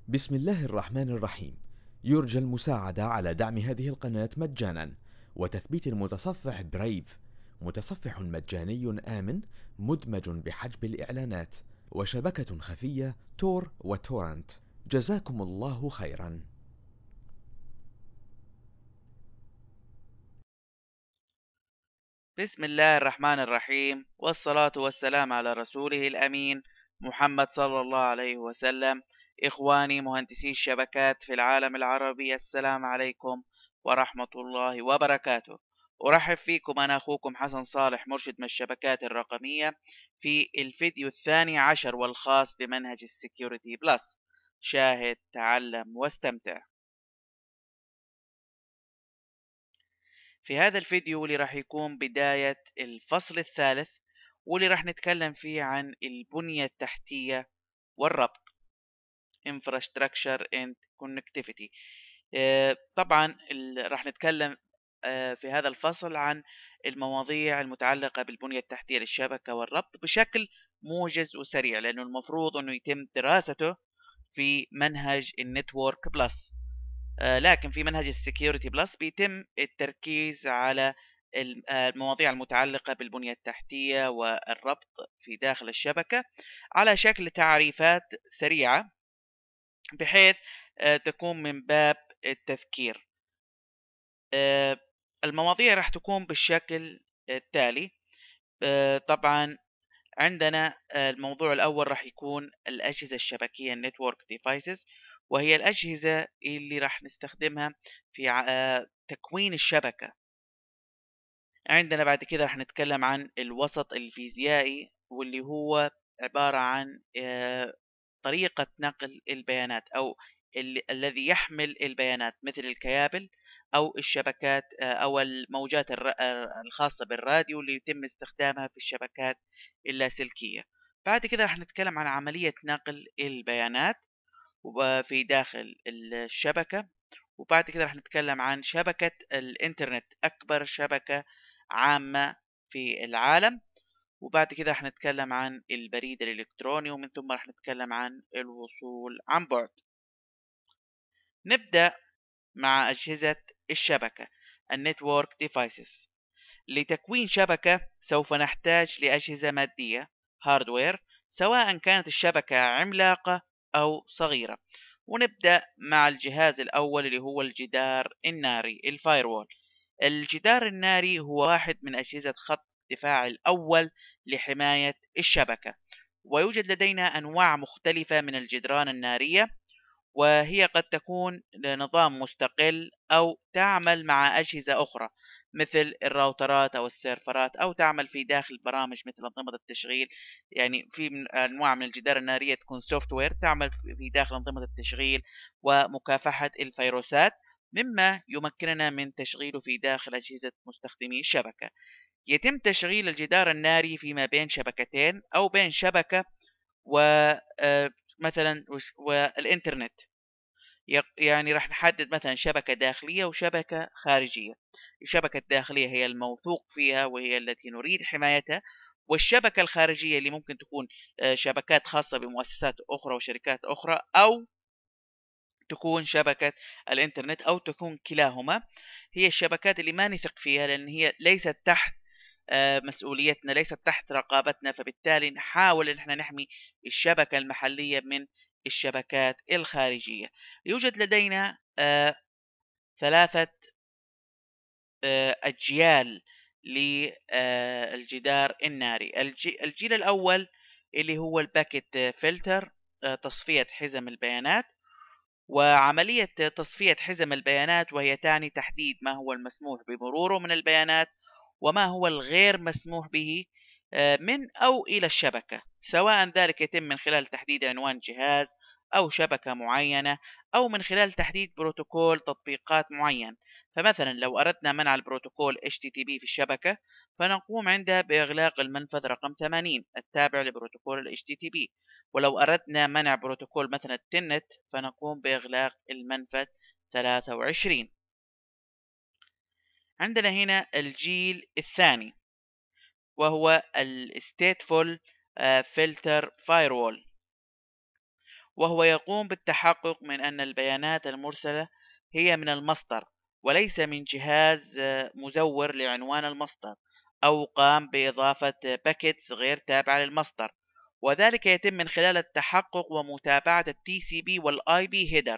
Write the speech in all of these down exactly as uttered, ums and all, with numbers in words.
بسم الله الرحمن الرحيم. يرجى المساعدة على دعم هذه القناة مجانا وتثبيت المتصفح برايف، متصفح مجاني آمن مدمج بحجب الإعلانات وشبكة خفية تور وتورنت. جزاكم الله خيرا. بسم الله الرحمن الرحيم، والصلاة والسلام على رسوله الأمين محمد صلى الله عليه وسلم. إخواني مهندسي الشبكات في العالم العربي، السلام عليكم ورحمة الله وبركاته. أرحب فيكم، أنا أخوكم حسن صالح، مرشد من الشبكات الرقمية، في الفيديو الثاني عشر والخاص بمنهج السكيورتي بلس. شاهد، تعلم واستمتع. في هذا الفيديو واللي راح يكون بداية الفصل الثالث، واللي راح نتكلم فيه عن البنية التحتية والربط Infrastructure and Connectivity. آه، طبعا ال- راح نتكلم آه، في هذا الفصل عن المواضيع المتعلقة بالبنية التحتية للشبكة والربط بشكل موجز وسريع، لأنه المفروض أنه يتم دراسته في منهج النتورك بلس. آه، لكن في منهج السكيورتي بلس بيتم التركيز على الم- آه، المواضيع المتعلقة بالبنية التحتية والربط في داخل الشبكة على شكل تعريفات سريعة، بحيث آه، تكون من باب التذكير. آه، المواضيع راح تكون بالشكل التالي. آه، طبعا عندنا آه، الموضوع الأول راح يكون الأجهزة الشبكية Network Devices، وهي الأجهزة اللي راح نستخدمها في ع- آه، تكوين الشبكة. عندنا بعد كده راح نتكلم عن الوسط الفيزيائي، واللي هو عبارة عن آه، طريقة نقل البيانات، أو ال- الذي يحمل البيانات، مثل الكيابل أو الشبكات آه، أو الموجات الر- آه، الخاصة بالراديو اللي يتم استخدامها في الشبكات اللاسلكية. بعد كده راح نتكلم عن عملية نقل البيانات وفي داخل الشبكة. وبعد كده راح نتكلم عن شبكة الإنترنت، أكبر شبكة عامة في العالم. وبعد كده راح نتكلم عن البريد الإلكتروني، ومن ثم راح نتكلم عن الوصول عن بعد. نبدأ مع أجهزة الشبكة النتورك ديفايسز. لتكوين شبكة سوف نحتاج لأجهزة مادية هاردوير، سواء كانت الشبكة عملاقة أو صغيرة. ونبدأ مع الجهاز الأول اللي هو الجدار الناري الفايروول. الجدار الناري هو واحد من أجهزة خط الدفاع الأول لحماية الشبكة، ويوجد لدينا أنواع مختلفة من الجدران النارية، وهي قد تكون لنظام مستقل أو تعمل مع أجهزة أخرى مثل الراوترات أو السيرفرات، أو تعمل في داخل برامج مثل أنظمة التشغيل. يعني في من أنواع من الجدار النارية تكون سوفت وير تعمل في داخل أنظمة التشغيل ومكافحة الفيروسات، مما يمكننا من تشغيله في داخل أجهزة مستخدمي الشبكة. يتم تشغيل الجدار الناري فيما بين شبكتين أو بين شبكة و آه، مثلا والإنترنت. يق- يعني راح نحدد مثلا شبكة داخلية وشبكة خارجية. الشبكة الداخلية هي الموثوق فيها وهي التي نريد حمايتها، والشبكة الخارجية اللي ممكن تكون آه، شبكات خاصة بمؤسسات أخرى وشركات أخرى، أو تكون شبكة الإنترنت، أو تكون كلاهما. هي الشبكات اللي ما نثق فيها، لأن هي ليست تحت آه، مسؤوليتنا، ليست تحت رقابتنا، فبالتالي نحاول ان احنا نحمي الشبكة المحلية من الشبكات الخارجية. يوجد لدينا آه، ثلاثة آه، أجيال للجدار الناري. الجي- الجيل الأول اللي هو الباكيت فلتر، تصفية حزم البيانات. وعملية تصفية حزم البيانات وهي تعني تحديد ما هو المسموح بمروره من البيانات، وما هو الغير مسموح به آه، من أو إلى الشبكة، سواء ذلك يتم من خلال تحديد عنوان جهاز أو شبكة معينة، أو من خلال تحديد بروتوكول تطبيقات معين. فمثلا لو أردنا منع البروتوكول إتش تي تي بي في الشبكة، فنقوم عندها بإغلاق المنفذ رقم ثمانين التابع لبروتوكول ال إتش تي تي بي. ولو أردنا منع بروتوكول مثلا التنت، فنقوم بإغلاق المنفذ ثلاثة وعشرين. عندنا هنا الجيل الثاني، وهو ال Stateful Filter Firewall. وهو يقوم بالتحقق من أن البيانات المرسلة هي من المصدر وليس من جهاز مزور لعنوان المصدر، أو قام بإضافة باكيتس غير تابعة للمصدر، وذلك يتم من خلال التحقق ومتابعة ال تي سي بي وال آي بي header.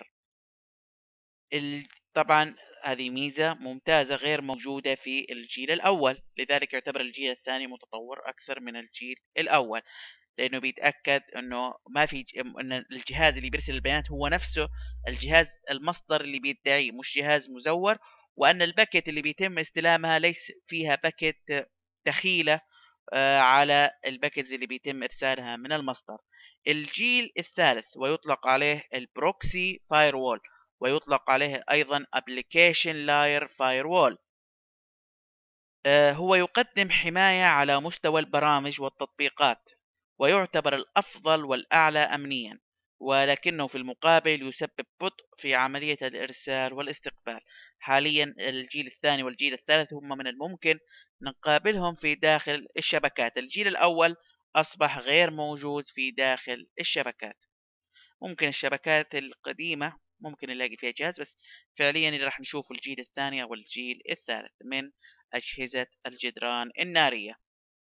طبعا هذه ميزة ممتازة غير موجودة في الجيل الأول، لذلك يعتبر الجيل الثاني متطور أكثر من الجيل الأول، لأنه بيتأكد أنه ما في أن الجهاز اللي بيرسل البيانات هو نفسه الجهاز المصدر اللي بيدعيه، مش جهاز مزور، وأن الباكت اللي بيتم استلامها ليس فيها باكت دخيلة على الباكتز اللي بيتم إرسالها من المصدر. الجيل الثالث ويطلق عليه البروكسي فايروول، ويطلق عليه أيضا Application Layer Firewall. هو يقدم حماية على مستوى البرامج والتطبيقات، ويعتبر الأفضل والأعلى أمنيا، ولكنه في المقابل يسبب بطء في عملية الإرسال والاستقبال. حاليا الجيل الثاني والجيل الثالث هم من الممكن نقابلهم في داخل الشبكات. الجيل الأول أصبح غير موجود في داخل الشبكات. ممكن الشبكات القديمة ممكن نلاقي فيها جهاز، بس فعليا اللي راح نشوفه الجيل الثاني أو الجيل الثالث من أجهزة الجدران النارية.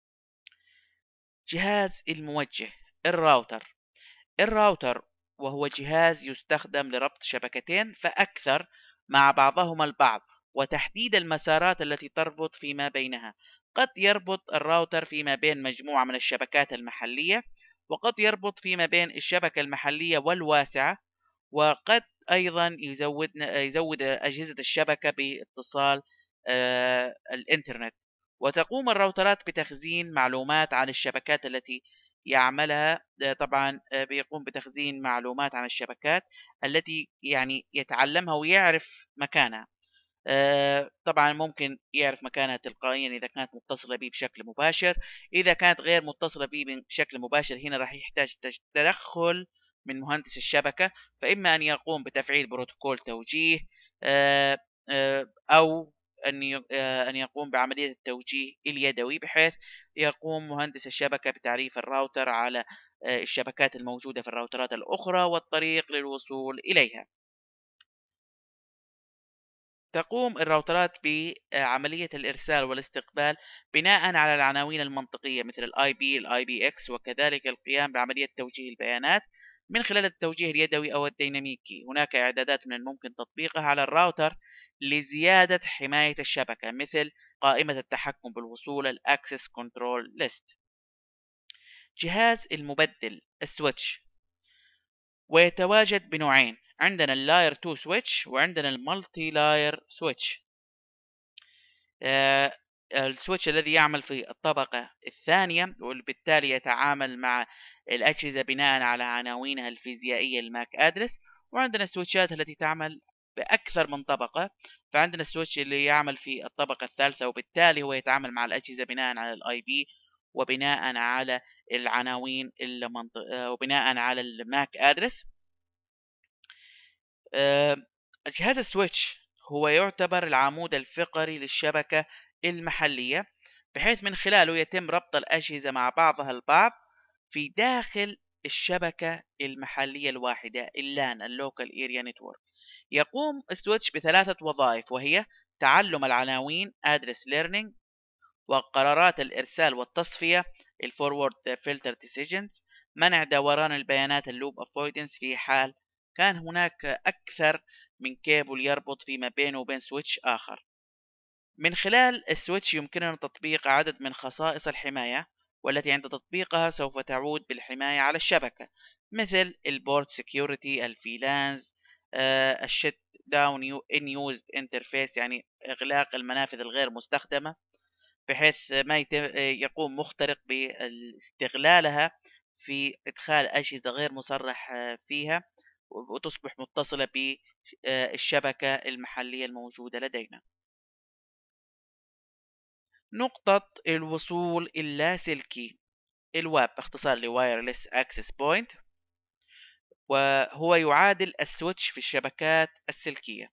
جهاز الموجه الراوتر. الراوتر وهو جهاز يستخدم لربط شبكتين فأكثر مع بعضهما البعض وتحديد المسارات التي تربط فيما بينها. قد يربط الراوتر فيما بين مجموعة من الشبكات المحلية، وقد يربط فيما بين الشبكة المحلية والواسعة، وقد أيضا يزود يزود أجهزة الشبكة باتصال آه الإنترنت. وتقوم الراوترات بتخزين معلومات عن الشبكات التي يعملها. طبعا بيقوم بتخزين معلومات عن الشبكات التي يعني يتعلمها ويعرف مكانها. طبعا ممكن يعرف مكانها تلقائيا إذا كانت متصلة به بشكل مباشر. إذا كانت غير متصلة به بشكل مباشر هنا راح يحتاج تدخل من مهندس الشبكة، فإما أن يقوم بتفعيل بروتوكول توجيه أو أن أن يقوم بعملية التوجيه اليدوي، بحيث يقوم مهندس الشبكة بتعريف الراوتر على الشبكات الموجودة في الراوترات الأخرى والطريق للوصول إليها. تقوم الراوترات بعملية الإرسال والاستقبال بناء على العناوين المنطقية مثل ال آي بي ال آي بي إكس، وكذلك القيام بعملية توجيه البيانات من خلال التوجيه اليدوي أو الديناميكي. هناك إعدادات من الممكن تطبيقها على الراوتر لزيادة حماية الشبكة، مثل قائمة التحكم بالوصول ال Access Control List. جهاز المبدل السويتش، ويتواجد بنوعين، عندنا اللاير تو سويتش وعندنا المالتي لاير سويتش. آه السويتش الذي يعمل في الطبقة الثانية وبالتالي يتعامل مع الأجهزة بناء على عناوينها الفيزيائية الماك أدرس. وعندنا السويتشات التي تعمل بأكثر من طبقة، فعندنا السويتش اللي يعمل في الطبقة الثالثة وبالتالي هو يتعامل مع الأجهزة بناء على الاي بي وبناء على العناوين المنطق وبناء على الماك أدرس. جهاز السويتش هو يعتبر العمود الفقري للشبكة المحلية، بحيث من خلاله يتم ربط الأجهزة مع بعضها البعض في داخل الشبكة المحلية الواحدة اللان اللوكال اريا نتورك. يقوم السويتش بثلاثة وظائف، وهي تعلم العناوين address learning، وقرارات الإرسال والتصفية الفورورد فلتر ديسيجنز، منع دوران البيانات اللوب افويدنس في حال كان هناك أكثر من كيبل يربط فيما بينه وبين سويتش آخر. من خلال السويتش يمكننا تطبيق عدد من خصائص الحماية، والتي عند تطبيقها سوف تعود بالحماية على الشبكة، مثل البورت سيكيورتي، الفيلانز، الشت داون ان يوزد انترفيس، يعني إغلاق المنافذ الغير مستخدمة بحيث ما يقوم مخترق باستغلالها في إدخال أجهزة غير مصرح فيها وتصبح متصلة بالشبكة المحلية الموجودة لدينا. نقطة الوصول اللاسلكي، الواب باختصار لوايرلس اكسس بوينت، وهو يعادل السويتش في الشبكات السلكية.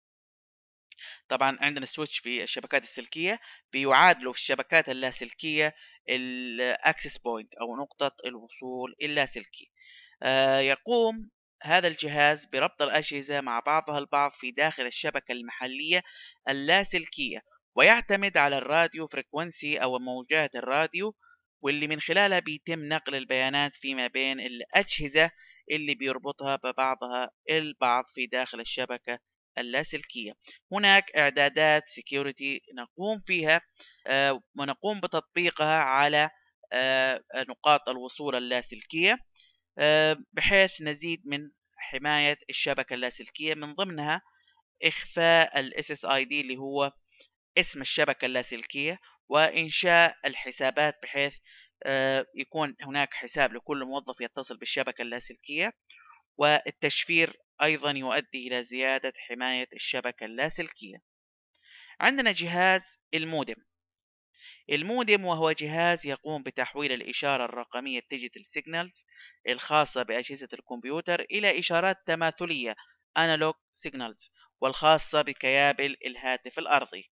طبعا عندنا السويتش في الشبكات السلكية بيعادله في الشبكات اللاسلكية الاكسس بوينت أو نقطة الوصول اللاسلكي. يقوم هذا الجهاز بربط الأجهزة مع بعضها البعض في داخل الشبكة المحلية اللاسلكية، ويعتمد على الراديو فريكونسي أو موجات الراديو، واللي من خلالها بيتم نقل البيانات فيما بين الأجهزة اللي بيربطها ببعضها البعض في داخل الشبكة اللاسلكية. هناك إعدادات سيكيورتي نقوم فيها ونقوم بتطبيقها على نقاط الوصول اللاسلكية بحيث نزيد من حماية الشبكة اللاسلكية، من ضمنها إخفاء ال إس إس آي دي اللي هو اسم الشبكة اللاسلكية، وإنشاء الحسابات بحيث يكون هناك حساب لكل موظف يتصل بالشبكة اللاسلكية، والتشفير أيضا يؤدي إلى زيادة حماية الشبكة اللاسلكية. عندنا جهاز المودم. المودم وهو جهاز يقوم بتحويل الإشارة الرقمية Digital Signals الخاصة بأجهزة الكمبيوتر إلى إشارات تماثلية Analog Signals والخاصة بكيابل الهاتف الأرضي.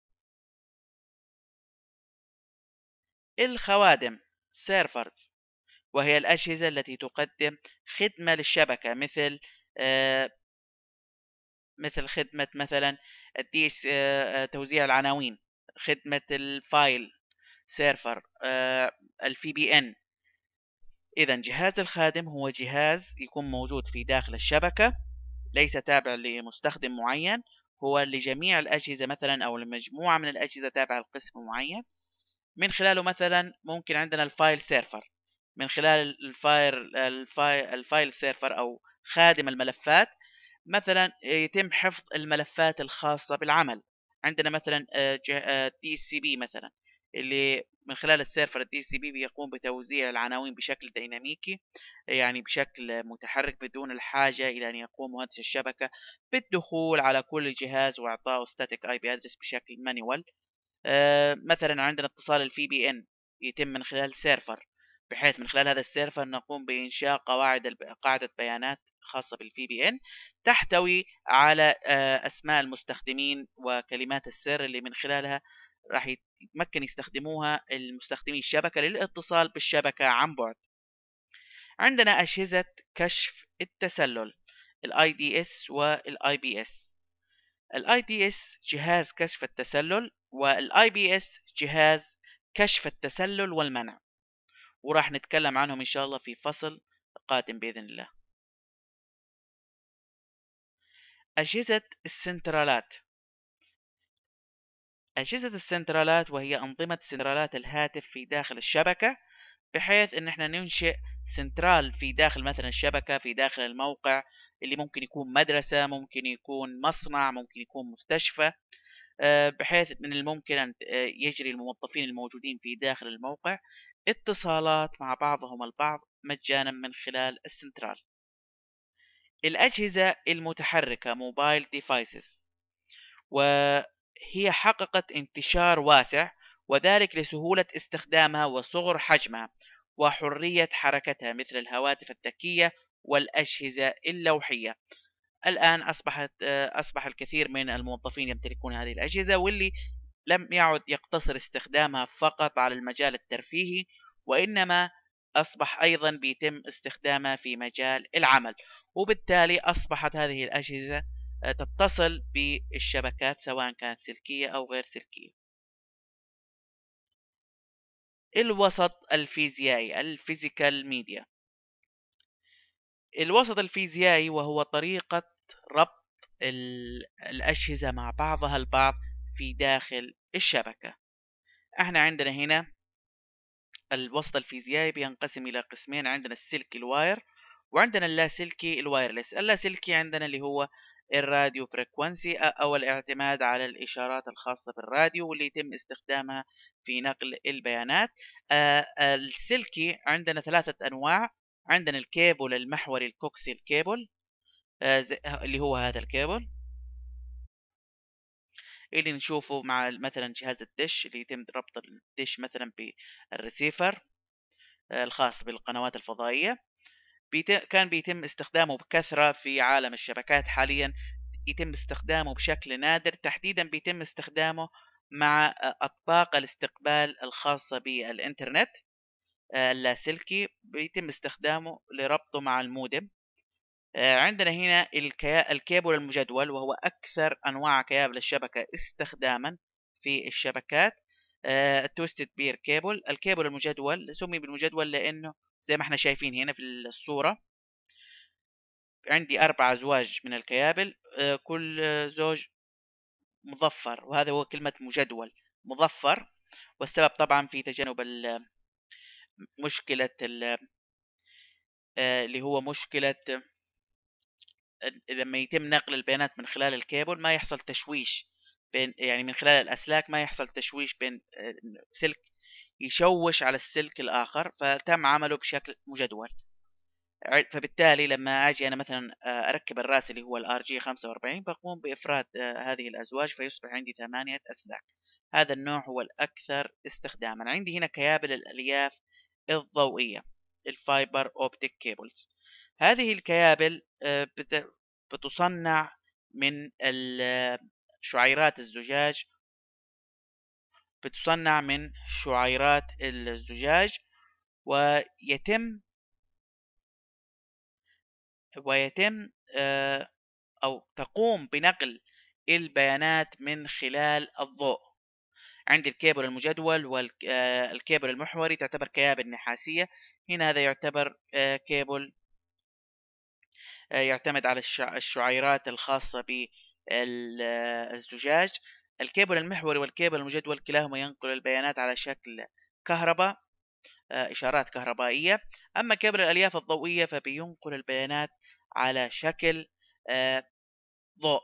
الخوادم Servers، وهي الأجهزة التي تقدم خدمة للشبكة مثل آه مثل خدمة مثلا الديس آه توزيع العناوين، خدمة الفايل سيرفر، الفي بي ان. إذا جهاز الخادم هو جهاز يكون موجود في داخل الشبكة، ليس تابع لمستخدم معين، هو لجميع الأجهزة مثلا أو لمجموعة من الأجهزة تابعة لقسم معين. من خلاله مثلا ممكن عندنا الفايل سيرفر، من خلال الفايل الفايل, الفايل سيرفر أو خادم الملفات مثلا يتم حفظ الملفات الخاصة بالعمل. عندنا مثلا دي سي بي مثلا، اللي من خلال السيرفر الدي سي بي بيقوم بتوزيع العناوين بشكل ديناميكي، يعني بشكل متحرك بدون الحاجة إلى أن يقوم مهندس الشبكة بالدخول على كل جهاز وإعطائه static آي بي address بشكل مانيوال. آه مثلا عندنا اتصال الفي بي ان يتم من خلال سيرفر، بحيث من خلال هذا السيرفر نقوم بإنشاء قواعد قاعدة بيانات خاصة بالفي بي ان تحتوي على آه أسماء المستخدمين وكلمات السر اللي من خلالها راح يتمكن يستخدموها المستخدمي الشبكة للاتصال بالشبكة عن بعد. عندنا أجهزة كشف التسلل الاي دي اس والاي بي اس. الاي دي اس جهاز كشف التسلل، والاي بي اس جهاز كشف التسلل والمنع، وراح نتكلم عنهم ان شاء الله في فصل قادم باذن الله. اجهزة السنترالات. اجهزة السنترالات وهي انظمة سنترالات الهاتف في داخل الشبكة، بحيث ان احنا ننشئ سنترال في داخل مثلا الشبكة في داخل الموقع، اللي ممكن يكون مدرسة، ممكن يكون مصنع، ممكن يكون مستشفى، بحيث من الممكن أن يجري الموظفين الموجودين في داخل الموقع اتصالات مع بعضهم البعض مجانا من خلال السنترال. الأجهزة المتحركة موبايل ديفايسز، وهي حققت انتشار واسع، وذلك لسهولة استخدامها وصغر حجمها وحرية حركتها، مثل الهواتف الذكية والأجهزة اللوحية. الآن أصبحت أصبح الكثير من الموظفين يمتلكون هذه الأجهزة، واللي لم يعد يقتصر استخدامها فقط على المجال الترفيهي، وإنما أصبح أيضا بيتم استخدامها في مجال العمل، وبالتالي أصبحت هذه الأجهزة تتصل بالشبكات سواء كانت سلكية أو غير سلكية. الوسط الفيزيائي الفيزيكال ميديا. الوسط الفيزيائي وهو طريقة ربط الأجهزة مع بعضها البعض في داخل الشبكة. احنا عندنا هنا الوسط الفيزيائي بينقسم إلى قسمين، عندنا السلكي الواير وعندنا اللاسلكي الوايرلس. اللاسلكي عندنا اللي هو الراديو فريكونسي أو الاعتماد على الإشارات الخاصة بالراديو واللي يتم استخدامها في نقل البيانات. السلكي عندنا ثلاثة أنواع، عندنا الكيبل المحوري الكوكسيال كيبل اللي هو هذا الكيبل اللي نشوفه مع مثلا جهاز الدش، اللي يتم ربط الدش مثلا بالريسيفر الخاص بالقنوات الفضائية. كان بيتم استخدامه بكثرة في عالم الشبكات، حاليا يتم استخدامه بشكل نادر، تحديدا بيتم استخدامه مع أطباق الاستقبال الخاصة بالإنترنت. اللاسلكي بيتم استخدامه لربطه مع المودم. عندنا هنا الكيبل المجدول، وهو أكثر أنواع كيابل الشبكة استخداما في الشبكات. التويستد بير كيبل، الكيبل المجدول سمي بالمجدول لأنه زي ما احنا شايفين هنا في الصورة عندي أربع أزواج من الكيابل، كل زوج مظفر، وهذا هو كلمة مجدول، مظفر. والسبب طبعا في تجنب مشكلة اللي هو مشكلة لما يتم نقل البيانات من خلال الكيبل ما يحصل تشويش بين، يعني من خلال الأسلاك ما يحصل تشويش بين سلك يشوش على السلك الآخر، فتم عمله بشكل مجدول. فبالتالي لما أجي أنا مثلا أركب الراس اللي هو الار جي خمسة وأربعين بقوم بإفراد هذه الأزواج فيصبح عندي ثمانية أسلاك. هذا النوع هو الأكثر استخداما. عندي هنا كيابل الألياف الضوئية، الفايبر أوبتيك كيبلز. هذه الكيابل بتصنع من شعيرات الزجاج بتصنع من شعيرات الزجاج ويتم ويتم أو تقوم بنقل البيانات من خلال الضوء. عندي الكيبل المجدول والكيبل المحوري تعتبر كيابل نحاسية. هنا هذا يعتبر كيبل يعتمد على الشعيرات الخاصة بالزجاج. الكيبل المحوري والكيبل المجدول كلاهما ينقل البيانات على شكل كهرباء، إشارات كهربائية. أما كيبل الألياف الضوئية فبينقل البيانات على شكل ضوء.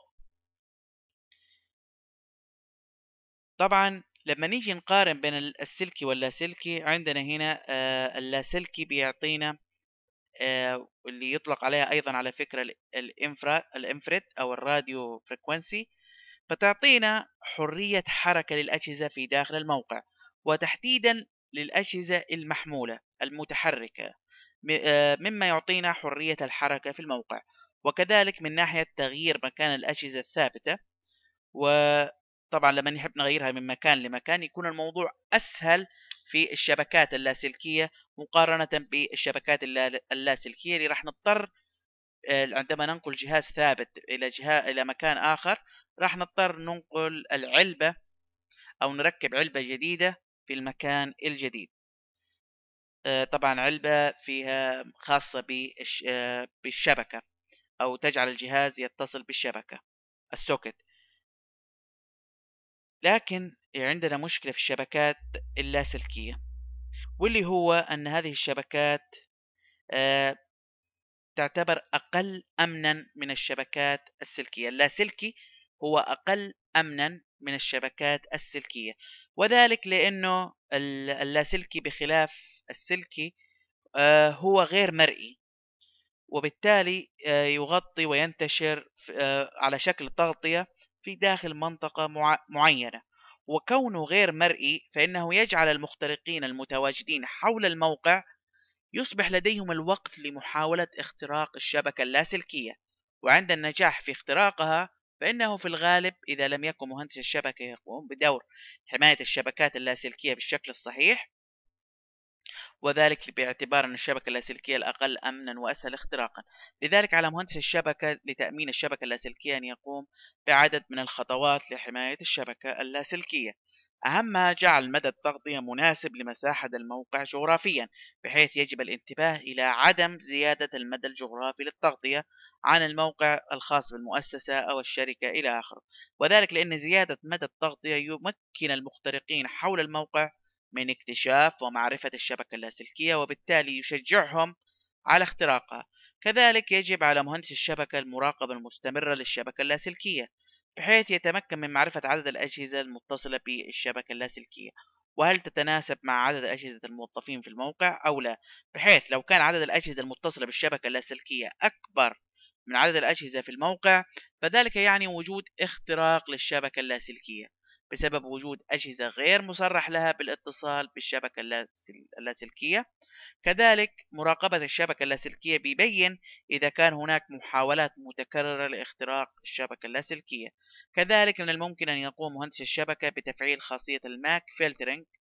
طبعا لما نيجي نقارن بين السلكي واللاسلكي، عندنا هنا اللاسلكي بيعطينا اللي يطلق عليها أيضا على فكرة الانفرا الانفراد أو الراديو فريكوينسي، فتعطينا حرية حركة للأجهزة في داخل الموقع، وتحديدا للأجهزة المحمولة المتحركة، مما يعطينا حرية الحركة في الموقع. وكذلك من ناحية تغيير مكان الأجهزة الثابتة، وطبعا لما نحب نغيرها من مكان لمكان يكون الموضوع أسهل في الشبكات اللاسلكية مقارنة بالشبكات اللاسلكية اللي راح نضطر عندما ننقل جهاز ثابت إلى جهاز إلى مكان آخر راح نضطر ننقل العلبة أو نركب علبة جديدة في المكان الجديد. طبعا علبة فيها خاصة بالشبكة أو تجعل الجهاز يتصل بالشبكة، السوكت. لكن عندنا مشكلة في الشبكات اللاسلكية، واللي هو أن هذه الشبكات تعتبر أقل أمنا من الشبكات السلكية. اللاسلكي هو أقل أمنا من الشبكات السلكية، وذلك لأنه اللاسلكي بخلاف السلكي هو غير مرئي، وبالتالي يغطي وينتشر على شكل تغطية في داخل منطقة معينة. وكونه غير مرئي فإنه يجعل المخترقين المتواجدين حول الموقع يصبح لديهم الوقت لمحاولة اختراق الشبكة اللاسلكية، وعند النجاح في اختراقها فإنه في الغالب إذا لم يكن مهندس الشبكة يقوم بدور حماية الشبكات اللاسلكية بالشكل الصحيح، وذلك باعتبار أن الشبكة اللاسلكية الأقل أمنا وأسهل اختراقا. لذلك على مهندس الشبكة لتأمين الشبكة اللاسلكية أن يقوم بعدد من الخطوات لحماية الشبكة اللاسلكية. أهمها جعل مدى التغطية مناسب لمساحة الموقع جغرافيا، بحيث يجب الانتباه إلى عدم زيادة المدى الجغرافي للتغطية عن الموقع الخاص بالمؤسسة أو الشركة إلى آخره، وذلك لأن زيادة مدى التغطية يمكن المخترقين حول الموقع من اكتشاف ومعرفة الشبكة اللاسلكية، وبالتالي يشجعهم على اختراقها. كذلك يجب على مهندس الشبكة المراقبة المستمرة للشبكة اللاسلكية، بحيث يتمكن من معرفة عدد الأجهزة المتصلة بالشبكة اللاسلكية، وهل تتناسب مع عدد أجهزة الموظفين في الموقع أو لا، بحيث لو كان عدد الأجهزة المتصلة بالشبكة اللاسلكية أكبر من عدد الأجهزة في الموقع فذلك يعني وجود اختراق للشبكة اللاسلكية بسبب وجود أجهزة غير مصرح لها بالاتصال بالشبكة اللاسلكية. كذلك مراقبة الشبكة اللاسلكية بيبين إذا كان هناك محاولات متكررة لاختراق الشبكة اللاسلكية. كذلك من الممكن أن يقوم مهندس الشبكة بتفعيل خاصية الماك فلترنج،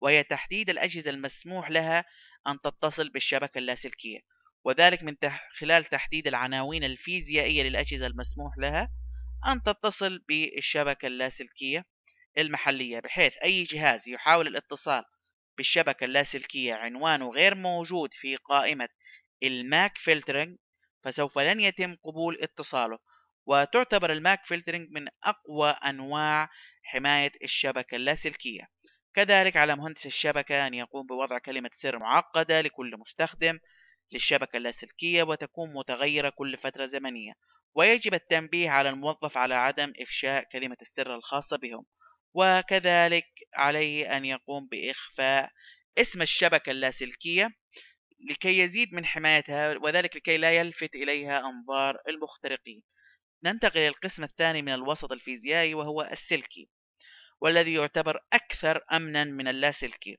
وهي تحديد الأجهزة المسموح لها أن تتصل بالشبكة اللاسلكية، وذلك من تح خلال تحديد العناوين الفيزيائية للأجهزة المسموح لها أن تتصل بالشبكة اللاسلكية المحلية، بحيث أي جهاز يحاول الاتصال بالشبكة اللاسلكية عنوانه غير موجود في قائمة الماك فلترنج فسوف لن يتم قبول اتصاله. وتعتبر الماك فلترنج من أقوى أنواع حماية الشبكة اللاسلكية. كذلك على مهندس الشبكة أن يقوم بوضع كلمة سر معقدة لكل مستخدم للشبكة اللاسلكية وتكون متغيرة كل فترة زمنية، ويجب التنبيه على الموظف على عدم إفشاء كلمة السر الخاصة بهم. وكذلك عليه أن يقوم بإخفاء اسم الشبكة اللاسلكية لكي يزيد من حمايتها، وذلك لكي لا يلفت إليها أنظار المخترقين. ننتقل إلى القسم الثاني من الوسط الفيزيائي وهو السلكي، والذي يعتبر أكثر أمنا من اللاسلكي.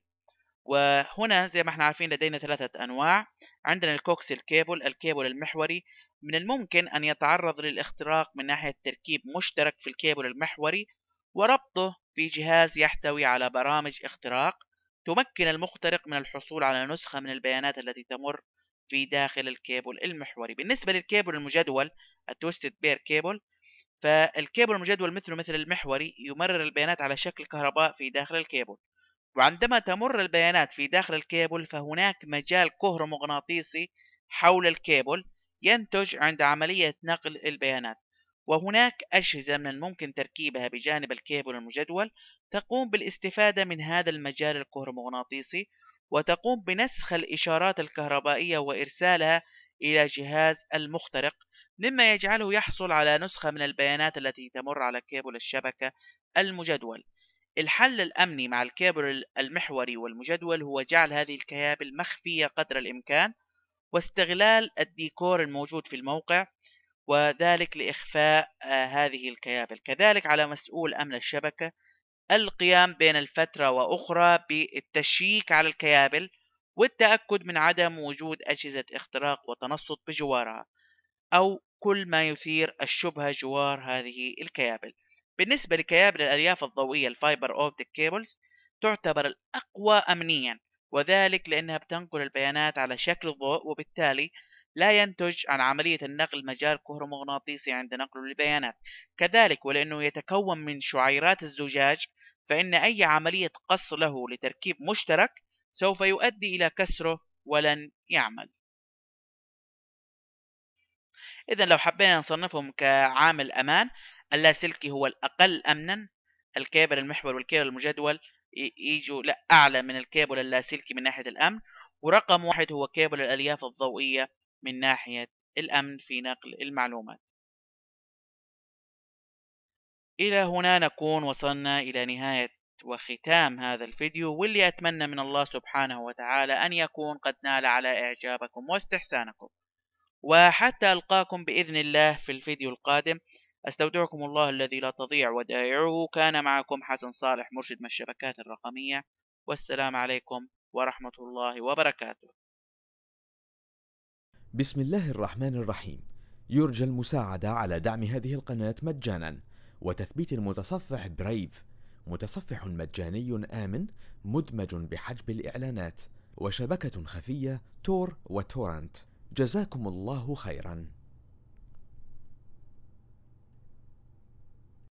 وهنا زي ما احنا عارفين لدينا ثلاثة أنواع. عندنا الكوكسيل كيبل، الكيبل المحوري، من الممكن أن يتعرض للاختراق من ناحية تركيب مشترك في الكيبل المحوري وربطه في جهاز يحتوي على برامج اختراق تمكن المخترق من الحصول على نسخة من البيانات التي تمر في داخل الكيبل المحوري. بالنسبة للكيبل المجدول التويستد بير كيبل، فالكيبل المجدول مثله مثل المحوري يمرر البيانات على شكل كهرباء في داخل الكيبل، وعندما تمر البيانات في داخل الكيبل فهناك مجال كهرومغناطيسي حول الكيبل ينتج عند عملية نقل البيانات، وهناك أجهزة من الممكن تركيبها بجانب الكيبل المجدول تقوم بالاستفادة من هذا المجال الكهرومغناطيسي وتقوم بنسخ الإشارات الكهربائية وإرسالها إلى جهاز المخترق، مما يجعله يحصل على نسخة من البيانات التي تمر على كيبل الشبكة المجدول. الحل الأمني مع الكيبل المحوري والمجدول هو جعل هذه الكيابل مخفية قدر الإمكان واستغلال الديكور الموجود في الموقع، وذلك لإخفاء آه هذه الكيابل. كذلك على مسؤول أمن الشبكة القيام بين الفترة وأخرى بالتشييك على الكيابل والتأكد من عدم وجود أجهزة اختراق وتنصت بجوارها أو كل ما يثير الشبهة جوار هذه الكيابل. بالنسبة لكيابل الألياف الضوئية الفايبر أوبتيك كيبلز تعتبر الأقوى أمنيا، وذلك لأنها بتنقل البيانات على شكل ضوء، وبالتالي لا ينتج عن عملية النقل مجال كهرومغناطيسي عند نقله للبيانات. كذلك ولأنه يتكون من شعيرات الزجاج فإن أي عملية قص له لتركيب مشترك سوف يؤدي إلى كسره ولن يعمل. إذا لو حبينا نصنفهم كعامل أمان، اللاسلكي هو الأقل أمنا، الكيبل المحور والكيبل المجدول يجوا لا أعلى من الكيبل اللاسلكي من ناحية الأمن، ورقم واحد هو كيبل الألياف الضوئية من ناحية الأمن في نقل المعلومات. إلى هنا نكون وصلنا إلى نهاية وختام هذا الفيديو، واللي أتمنى من الله سبحانه وتعالى أن يكون قد نال على إعجابكم واستحسانكم. وحتى ألقاكم بإذن الله في الفيديو القادم، أستودعكم الله الذي لا تضيع ودائعه. كان معكم حسن صالح مرشد من الشبكات الرقمية، والسلام عليكم ورحمة الله وبركاته. بسم الله الرحمن الرحيم. يرجى المساعدة على دعم هذه القناة مجانا وتثبيت المتصفح برايف، متصفح مجاني آمن مدمج بحجب الإعلانات، وشبكة خفية تور وتورنت. جزاكم الله خيرا.